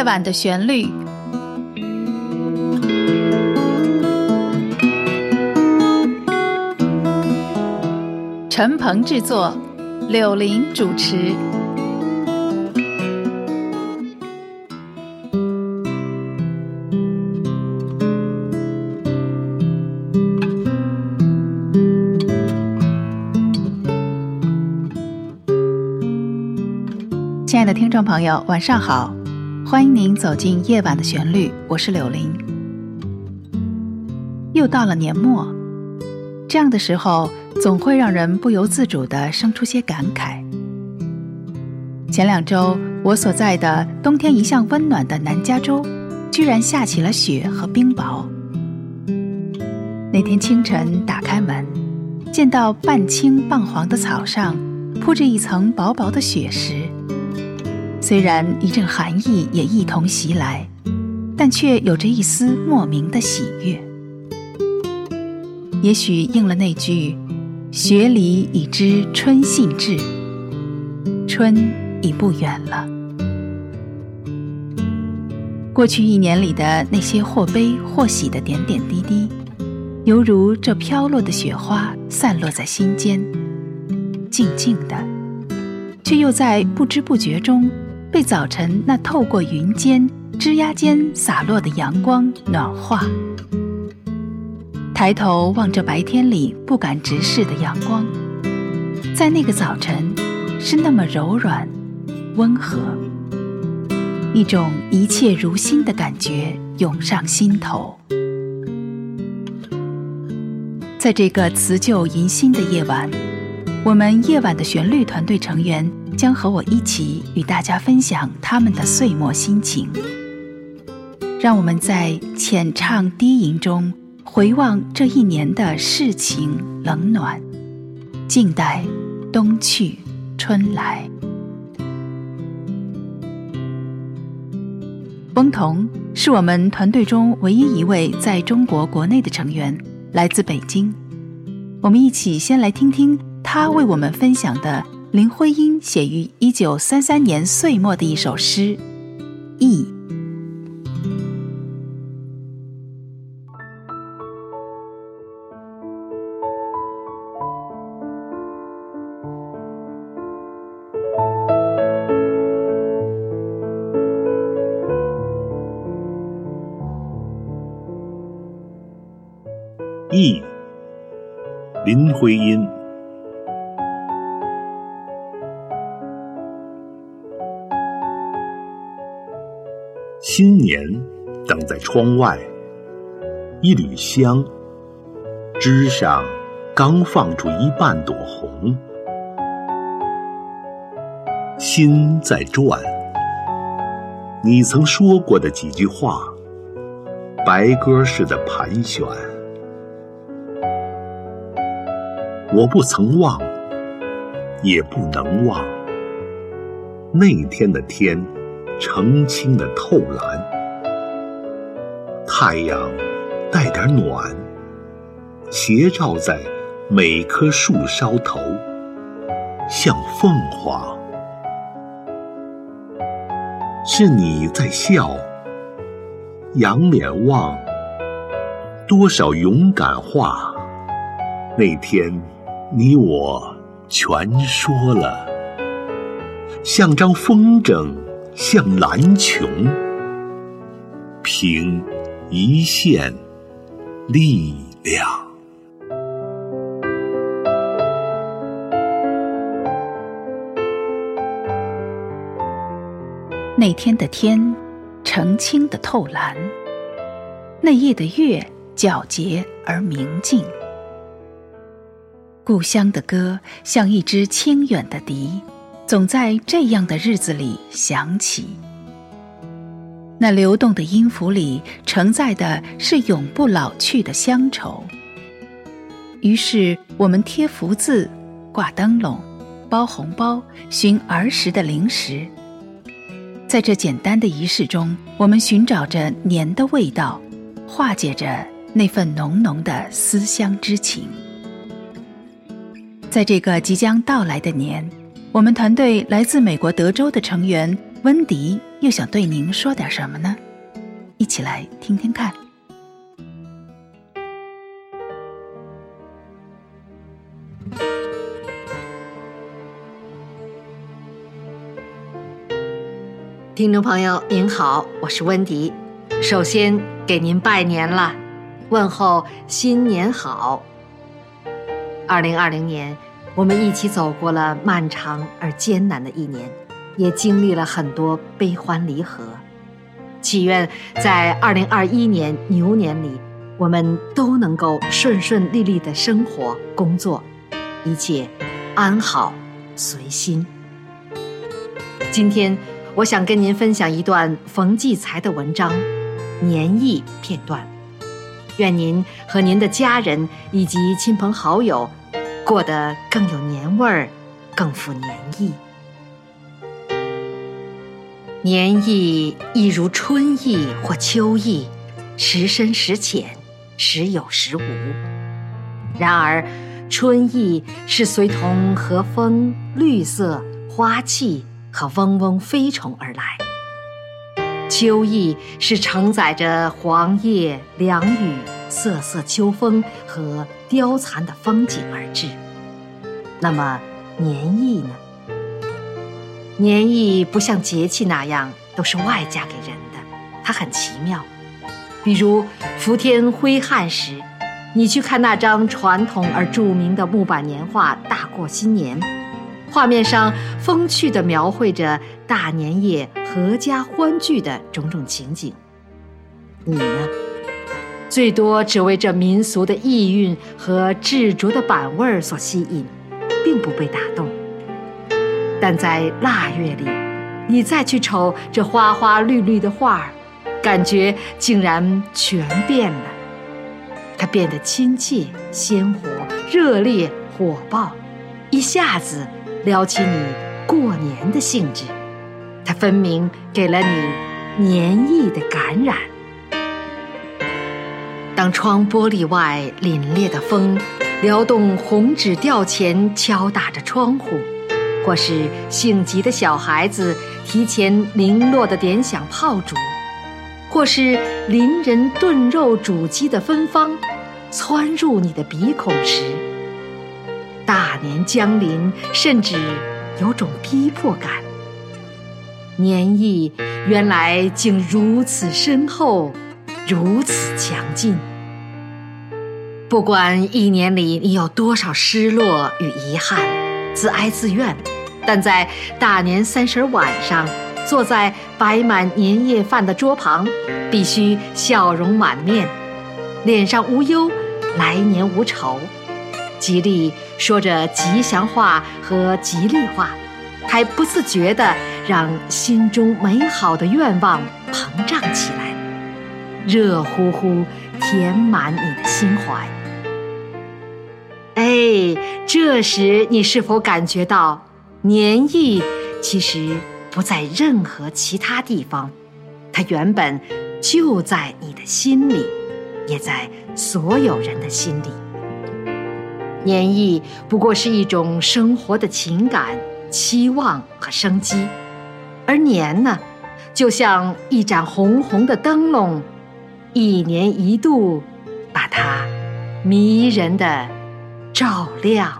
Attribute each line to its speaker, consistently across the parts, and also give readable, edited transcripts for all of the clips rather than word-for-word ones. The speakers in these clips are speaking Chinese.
Speaker 1: 夜晚的旋律。陈鹏制作，柳林主持。亲爱的听众朋友，晚上好，欢迎您走进夜晚的旋律，我是柳林。又到了年末，这样的时候总会让人不由自主地生出些感慨。前2周，我所在的冬天一向温暖的南加州，居然下起了雪和冰雹。那天清晨打开门，见到半青半黄的草上铺着一层薄薄的雪石。虽然一阵寒意也一同袭来，但却有着一丝莫名的喜悦。也许应了那句雪里已知春信至，春已不远了。过去1年里的那些或悲或喜的点点滴滴，犹如这飘落的雪花散落在心间，静静的，却又在不知不觉中被早晨那透过云间枝桠间洒落的阳光暖化。抬头望着白天里不敢直视的阳光，在那个早晨是那么柔软温和，一种一切如新的感觉涌上心头。在这个辞旧迎新的夜晚，我们夜晚的旋律团队成员将和我一起与大家分享他们的岁末心情。让我们在浅唱低吟中回望这1年的世情冷暖，静待冬去春来。翁童是我们团队中唯一一位在中国国内的成员，来自北京。我们一起先来听听他为我们分享的林徽因写于1933年岁末的一首诗《忆》。
Speaker 2: 忆，林徽因。新年等在窗外，一缕香，枝上刚放出1半朵红。心在转，你曾说过的几句话，白鸽似的盘旋。我不曾忘，也不能忘，那天的天澄清的透蓝，太阳带点暖，斜照在每棵树梢头，像凤凰。是你在笑，仰脸望，多少勇敢话，那天你我全说了，像张风筝，像蓝穹，凭一线力量。
Speaker 1: 那天的天澄清的透蓝，那夜的月皎洁而明净。故乡的歌像一支清远的笛，总在这样的日子里响起。那流动的音符里承载的是永不老去的乡愁。于是我们贴福字，挂灯笼，包红包，寻儿时的零食。在这简单的仪式中，我们寻找着年的味道，化解着那份浓浓的思乡之情。在这个即将到来的年，我们团队来自美国德州的成员温迪又想对您说点什么呢？一起来听听看。
Speaker 3: 听众朋友您好，我是温迪，首先给您拜年了，问候新年好。2020年，我们一起走过了漫长而艰难的一年，也经历了很多悲欢离合。祈愿在2021年牛年里，我们都能够顺顺利利的生活工作，一切安好随心。今天我想跟您分享一段冯骥才的文章《年意》片段，愿您和您的家人以及亲朋好友过得更有年味儿，更富年意。年意亦如春意或秋意，时深时浅，时有时无。然而春意是随同和风、绿色、花气和嗡嗡飞虫而来，秋意是承载着黄叶、凉雨、瑟瑟秋风和凋残的风景而至。那么年意呢？年意不像节气那样都是外加给人的，它很奇妙。比如伏天挥汗时，你去看那张传统而著名的木板年画《大过新年》，画面上风趣地描绘着大年夜阖家欢聚的种种情景。你呢？最多只为这民俗的意蕴和执着的板味所吸引，并不被打动。但在腊月里，你再去瞅这花花绿绿的画，感觉竟然全变了。它变得亲切、鲜活、热烈、火爆，一下子撩起你过年的兴致。它分明给了你年意的感染。当窗玻璃外凛冽的风撩动红纸吊钱敲打着窗户，或是性急的小孩子提前零落地点响炮竹，或是邻人炖肉煮鸡的芬芳窜入你的鼻孔时，大年将临，甚至有种逼迫感。年意原来竟如此深厚，如此强劲。不管一年里你有多少失落与遗憾，自哀自怨，但在大年30晚上，坐在摆满年夜饭的桌旁，必须笑容满面，脸上无忧，来年无愁，极力说着吉祥话和吉利话，还不自觉地让心中美好的愿望膨胀起来，热乎乎填满你的心怀。这时你是否感觉到年意其实不在任何其他地方，它原本就在你的心里，也在所有人的心里。年意不过是一种生活的情感、期望和生机，而年呢，就像一盏红红的灯笼，一年一度把它迷人地照亮。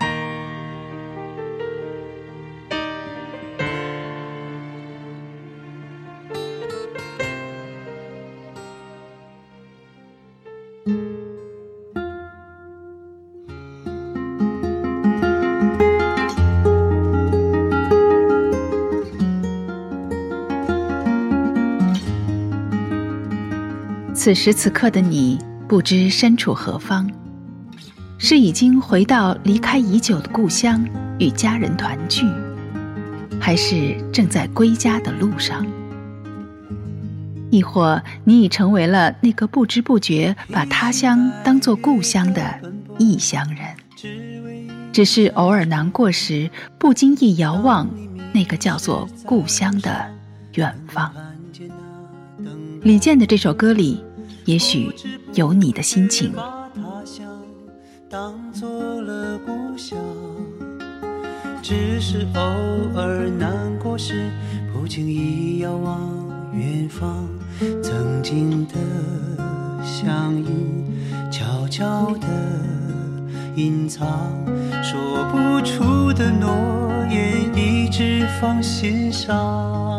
Speaker 1: 此时此刻的你，不知身处何方，是已经回到离开已久的故乡与家人团聚，还是正在归家的路上？亦或你已成为了那个不知不觉把他乡当作故乡的异乡人，只是偶尔难过时不经意遥望那个叫做故乡的远方。李健的这首歌里也许有你的心情。
Speaker 4: 当作了故乡，只是偶尔难过时不如今已遥望远方，曾经的相依悄悄地隐藏，说不出的诺言一直放心上。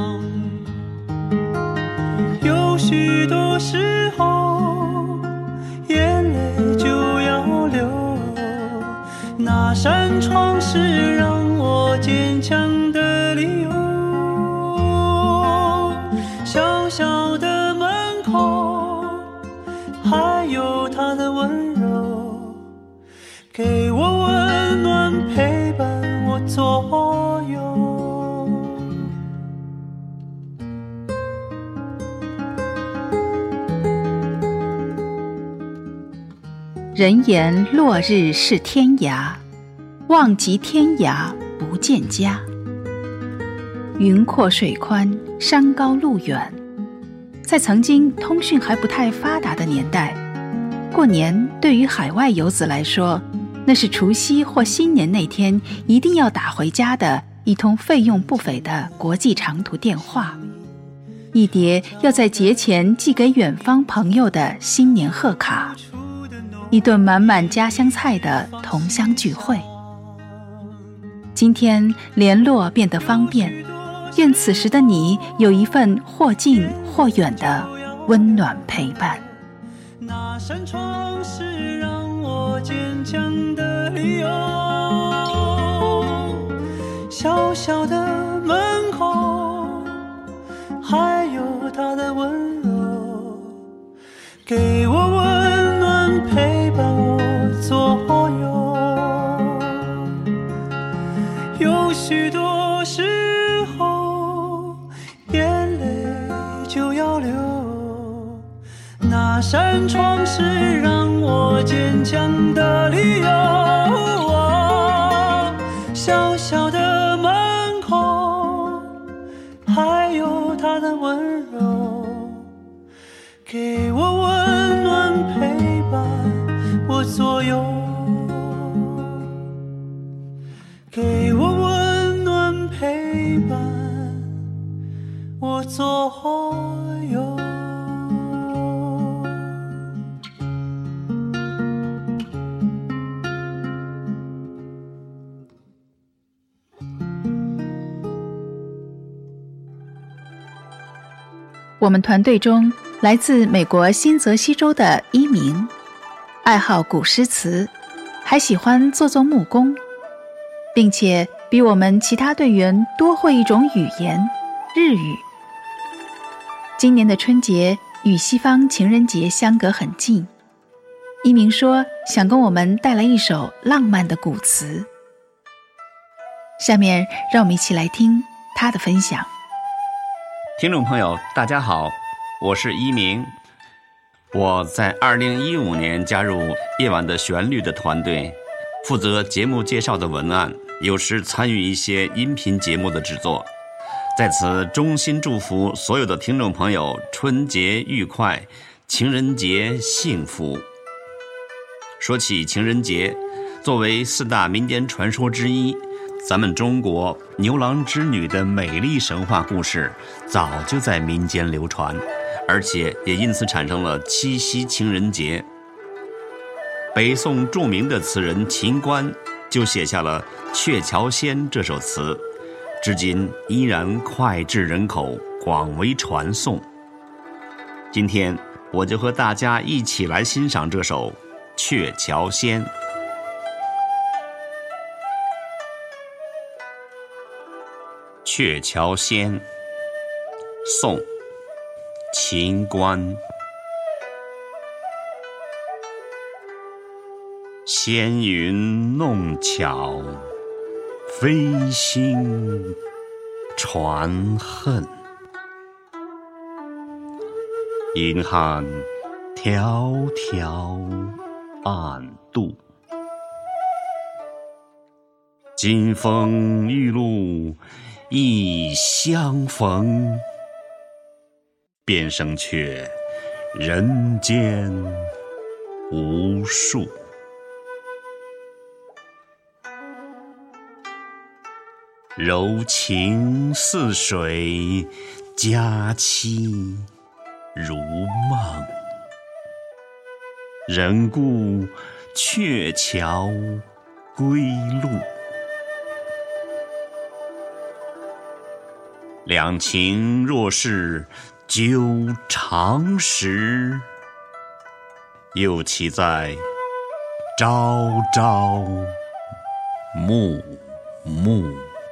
Speaker 4: 有许多时候眼泪就要流，那扇窗是让我坚强的理由。小小的门口还有他的温柔，给我温暖陪伴我左右。
Speaker 1: 人言落日是天涯，望极天涯不见家。云阔水宽，山高路远。在曾经通讯还不太发达的年代，过年对于海外游子来说，那是除夕或新年那天一定要打回家的一通费用不菲的国际长途电话，一叠要在节前寄给远方朋友的新年贺卡，一顿满满家乡菜的同乡聚会。今天联络变得方便，愿此时的你有一份或近或远的温暖陪伴。
Speaker 4: 那扇窗是让我坚强的理由，小小的门口还有他的温柔，给我温暖陪伴我左右。有许多时候眼泪就要流，那扇窗是让我坚强的理由。小小的门口还有他的温柔，给我温暖陪伴我左右，给我温暖陪伴我左右。
Speaker 1: 我们团队中来自美国新泽西州的一鸣，爱好古诗词，还喜欢做木工，并且比我们其他队员多会一种语言——日语。今年的春节与西方情人节相隔很近，一鸣说想跟我们带来一首浪漫的古词。下面让我们一起来听他的分享。
Speaker 5: 听众朋友大家好，我是一鸣。我在2015年加入夜晚的旋律的团队，负责节目介绍的文案，有时参与一些音频节目的制作。在此衷心祝福所有的听众朋友春节愉快，情人节幸福。说起情人节，作为4大民间传说之一，咱们中国牛郎织女的美丽神话故事早就在民间流传，而且也因此产生了七夕情人节。北宋著名的词人秦观就写下了《鹊桥仙》这首词，至今依然脍炙人口，广为传颂。今天我就和大家一起来欣赏这首《鹊桥仙》。《鹊桥仙》宋·秦观。纤云弄巧，飞星传恨。银汉迢迢暗度，金风玉露一相逢。便胜却人间无数。 柔情似水，佳期如梦。人顾鹊桥归路，两情若是久长时，又岂在朝朝暮暮。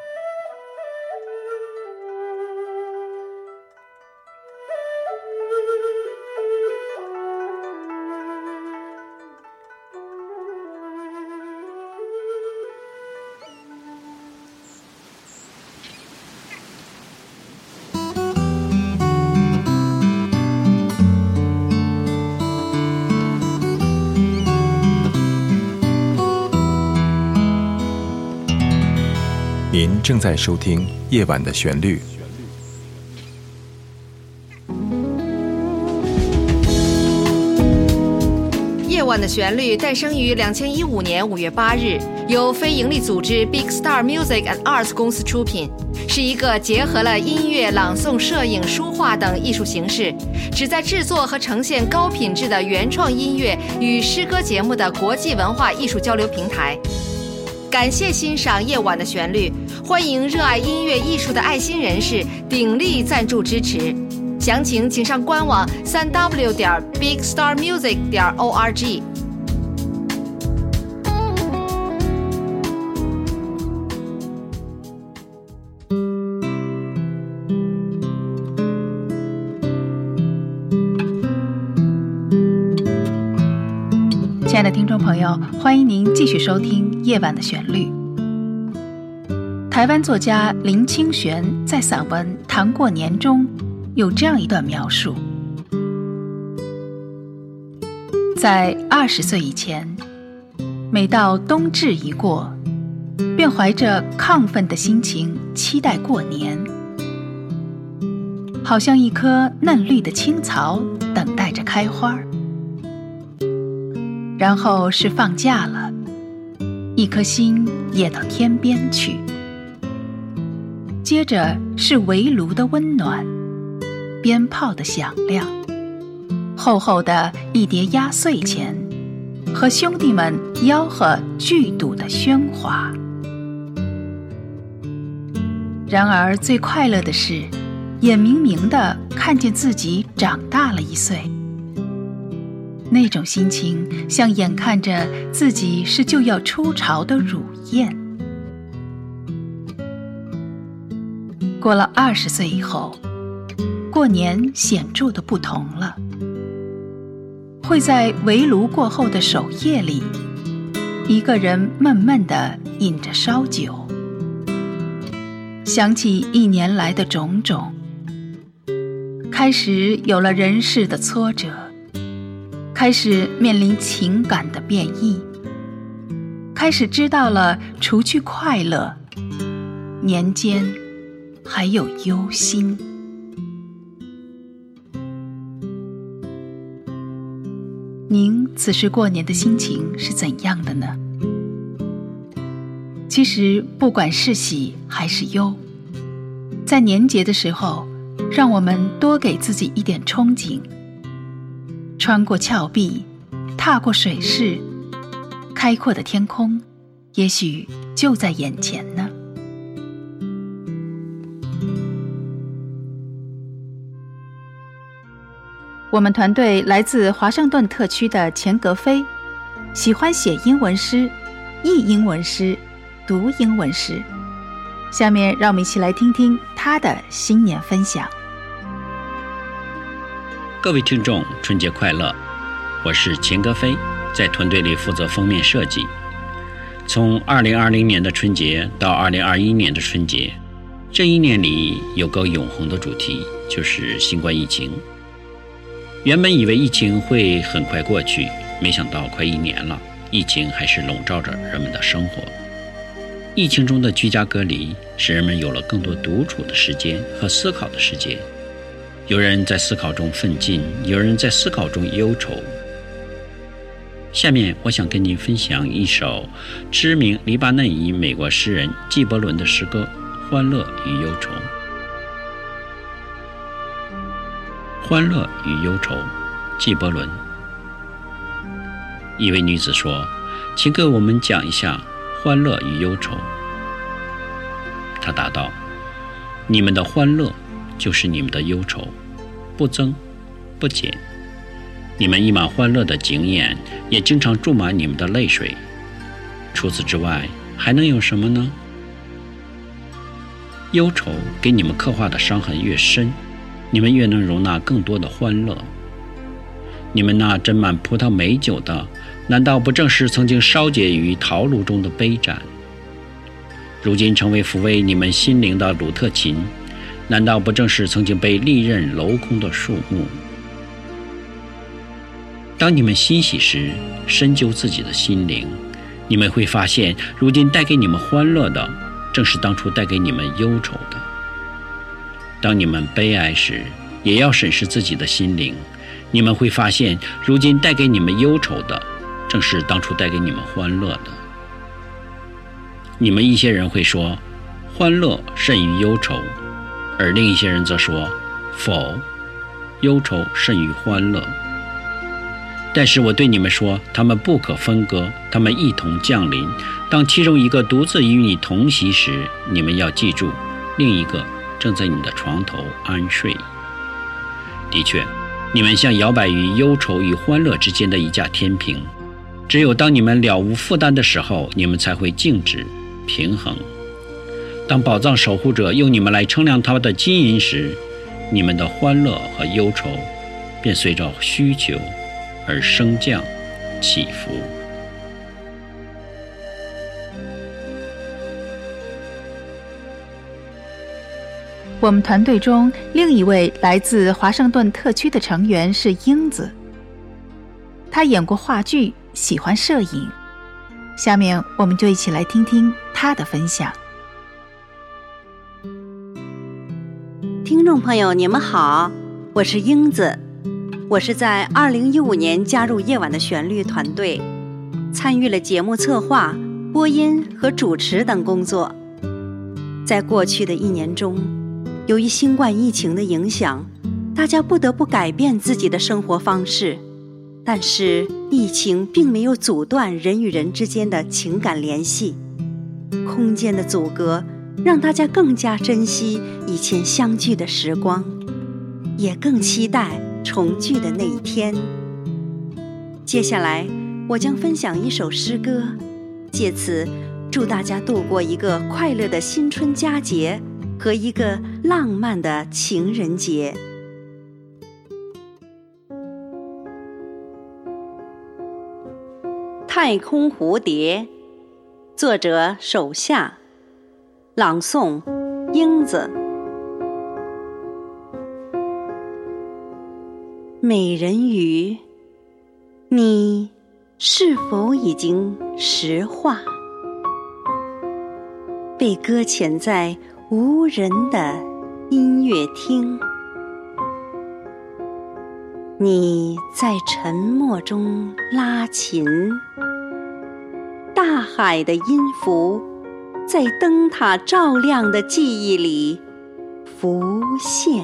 Speaker 6: 您正在收听《夜晚的旋律》。
Speaker 3: 夜晚的旋律诞生于2015年5月8日，由非营利组织 Big Star Music and Arts 公司出品，是一个结合了音乐、朗诵、摄影、书画等艺术形式，旨在制作和呈现高品质的原创音乐与诗歌节目的国际文化艺术交流平台。感谢欣赏夜晚的旋律，欢迎热爱音乐艺术的爱心人士鼎力赞助支持。详情请上官网3w.bigstarmusic.org。
Speaker 1: 亲爱的听众朋友，欢迎您继续收听《夜晚的旋律》。台湾作家林清玄在散文《谈过年》中有这样一段描述：在20岁以前，每到冬至一过，便怀着亢奋的心情期待过年，好像一棵嫩绿的青草等待着开花。然后是放假了，一颗心也到天边去。接着是围炉的温暖，鞭炮的响亮，厚厚的一叠压岁钱，和兄弟们吆喝聚赌的喧哗。然而最快乐的是，眼明明地看见自己长大了1岁。那种心情像眼看着自己是就要出巢的乳燕。过了20岁以后，过年显著的不同了，会在围炉过后的守夜里，一个人闷闷地饮着烧酒，想起1年来的种种，开始有了人世的挫折，开始面临情感的变异，开始知道了除去快乐，年间还有忧心。您此时过年的心情是怎样的呢？其实不管是喜还是忧，在年节的时候，让我们多给自己一点憧憬，穿过峭壁，踏过水势，开阔的天空也许就在眼前呢。我们团队来自华盛顿特区的钱格飞，喜欢写英文诗、译英文诗、读英文诗。下面让我们一起来听听他的新年分享。
Speaker 7: 各位听众，春节快乐！我是钱格飞，在团队里负责封面设计。从2020年的春节到2021年的春节，这1年里有个永恒的主题，就是新冠疫情。原本以为疫情会很快过去，没想到快1年了，疫情还是笼罩着人们的生活。疫情中的居家隔离，使人们有了更多独处的时间和思考的时间。有人在思考中奋进，有人在思考中忧愁。下面我想跟您分享一首知名黎巴嫩裔美国诗人纪伯伦的诗歌《 欢乐与忧愁。欢乐与忧愁，纪伯伦。一位女子说：“请给我们讲一下欢乐与忧愁。”他答道：“你们的欢乐就是你们的忧愁，不增不减。你们溢满欢乐的景眼，也经常注满你们的泪水。除此之外，还能有什么呢？忧愁给你们刻画的伤痕越深，你们越能容纳更多的欢乐。你们那斟满葡萄美酒的，难道不正是曾经烧结于陶炉中的杯盏？如今成为抚慰你们心灵的鲁特琴，难道不正是曾经被利刃镂空的树木？当你们欣喜时，深究自己的心灵，你们会发现，如今带给你们欢乐的，正是当初带给你们忧愁的。当你们悲哀时，也要审视自己的心灵，你们会发现，如今带给你们忧愁的，正是当初带给你们欢乐的。你们一些人会说，欢乐甚于忧愁，而另一些人则说，否，忧愁甚于欢乐。但是我对你们说，他们不可分割，他们一同降临。当其中一个独自与你同席时，你们要记住，另一个正在你的床头安睡。的确，你们像摇摆于忧愁与欢乐之间的一架天平，只有当你们了无负担的时候，你们才会静止平衡。当宝藏守护者用你们来称量他的金银时，你们的欢乐和忧愁便随着需求而升降起伏。
Speaker 1: 我们团队中另一位来自华盛顿特区的成员是英子，他演过话剧，喜欢摄影。下面我们就一起来听听他的分享。
Speaker 8: 听众朋友，你们好，我是英子。我是在2015年加入夜晚的旋律团队，参与了节目策划、播音和主持等工作。在过去的1年中，由于新冠疫情的影响，大家不得不改变自己的生活方式，但是疫情并没有阻断人与人之间的情感联系。空间的阻隔让大家更加珍惜以前相聚的时光，也更期待重聚的那一天。接下来我将分享一首诗歌，借此祝大家度过一个快乐的新春佳节和一个浪漫的情人节。太空蝴蝶，作者手下，朗诵英子。美人鱼，你是否已经石化，被搁浅在无人的音乐厅？你在沉默中拉琴，大海的音符在灯塔照亮的记忆里浮现。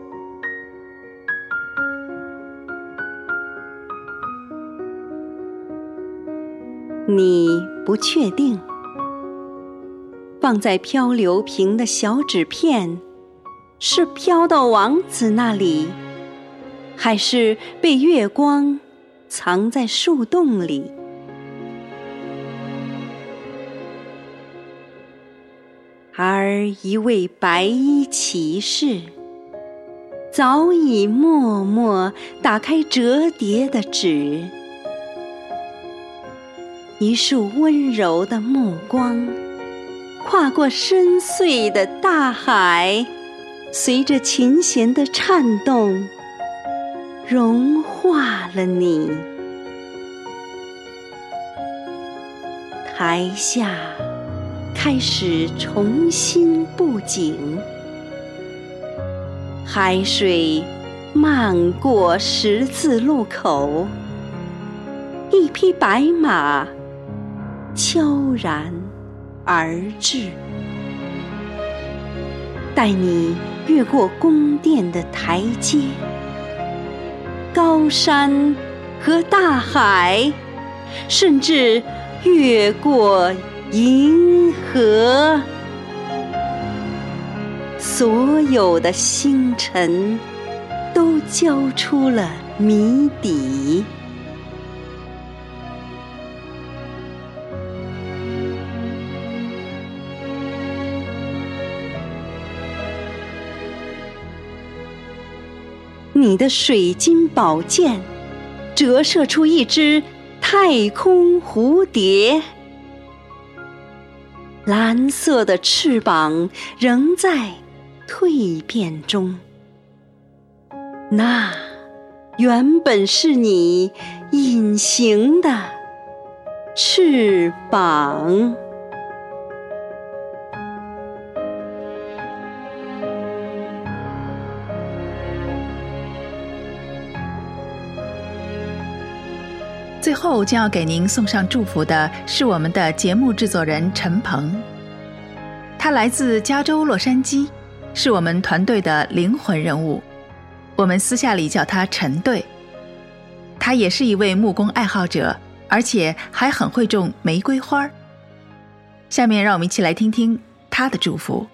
Speaker 8: 你不确定，放在漂流瓶的小纸片是飘到王子那里，还是被月光藏在树洞里？而一位白衣骑士早已默默打开折叠的纸，一束温柔的目光跨过深邃的大海，随着琴弦的颤动融化了你。台下开始重新布景，海水漫过十字路口，一匹白马悄然而至。 带你越过宫殿的台阶，高山和大海，甚至越过银河。所有的星辰都交出了谜底。你的水晶宝剑折射出一只太空蝴蝶，蓝色的翅膀仍在蜕变中，那原本是你隐形的翅膀。
Speaker 1: 最后将要给您送上祝福的是我们的节目制作人陈鹏，他来自加州洛杉矶，是我们团队的灵魂人物，我们私下里叫他陈队。他也是一位木工爱好者，而且还很会种玫瑰花。下面让我们一起来听听他的祝福。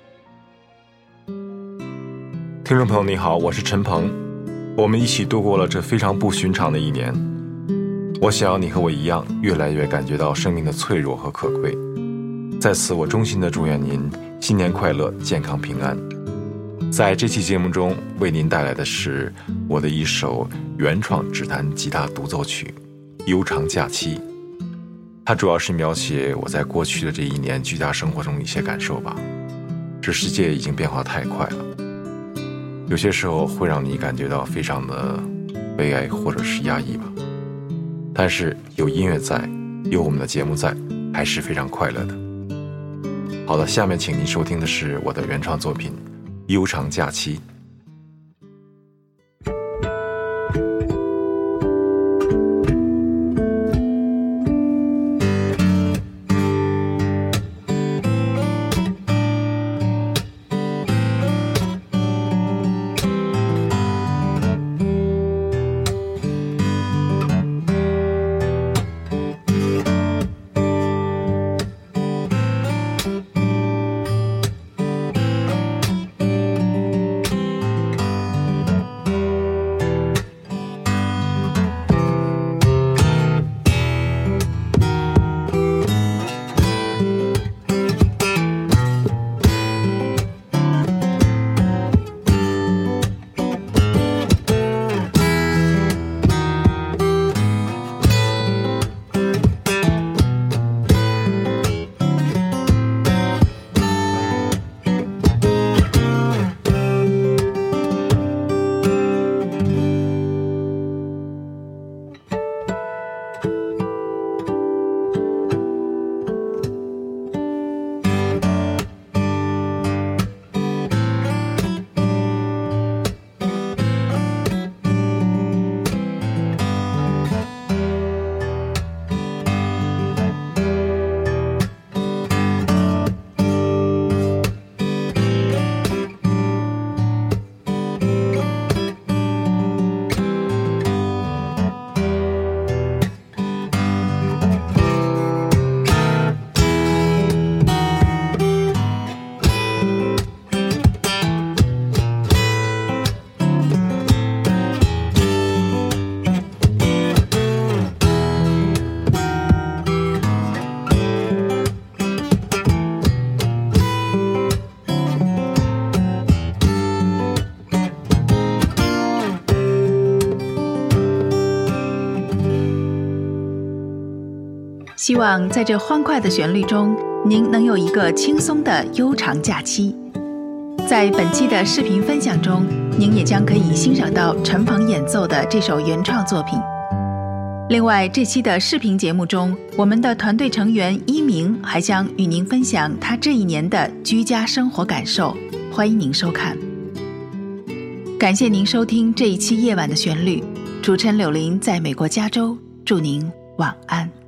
Speaker 6: 听众朋友你好，我是陈鹏，我们一起度过了这非常不寻常的一年。我想要你和我一样，越来越感觉到生命的脆弱和可贵。在此我衷心的祝愿您新年快乐，健康平安。在这期节目中为您带来的是我的一首原创指弹吉他独奏曲《悠长假期》，它主要是描写我在过去的这一年居家生活中一些感受吧。这世界已经变化太快了，有些时候会让你感觉到非常的悲哀或者是压抑吧，但是有音乐在，有我们的节目在，还是非常快乐的。好的，下面请您收听的是我的原创作品《悠长假期》。
Speaker 1: 希望在这欢快的旋律中，您能有一个轻松的悠长假期。在本期的视频分享中，您也将可以欣赏到陈鹏演奏的这首原创作品。另外，这期的视频节目中，我们的团队成员一鸣还将与您分享他这一年的居家生活感受，欢迎您收看。感谢您收听这一期夜晚的旋律，主持人柳林在美国加州，祝您晚安。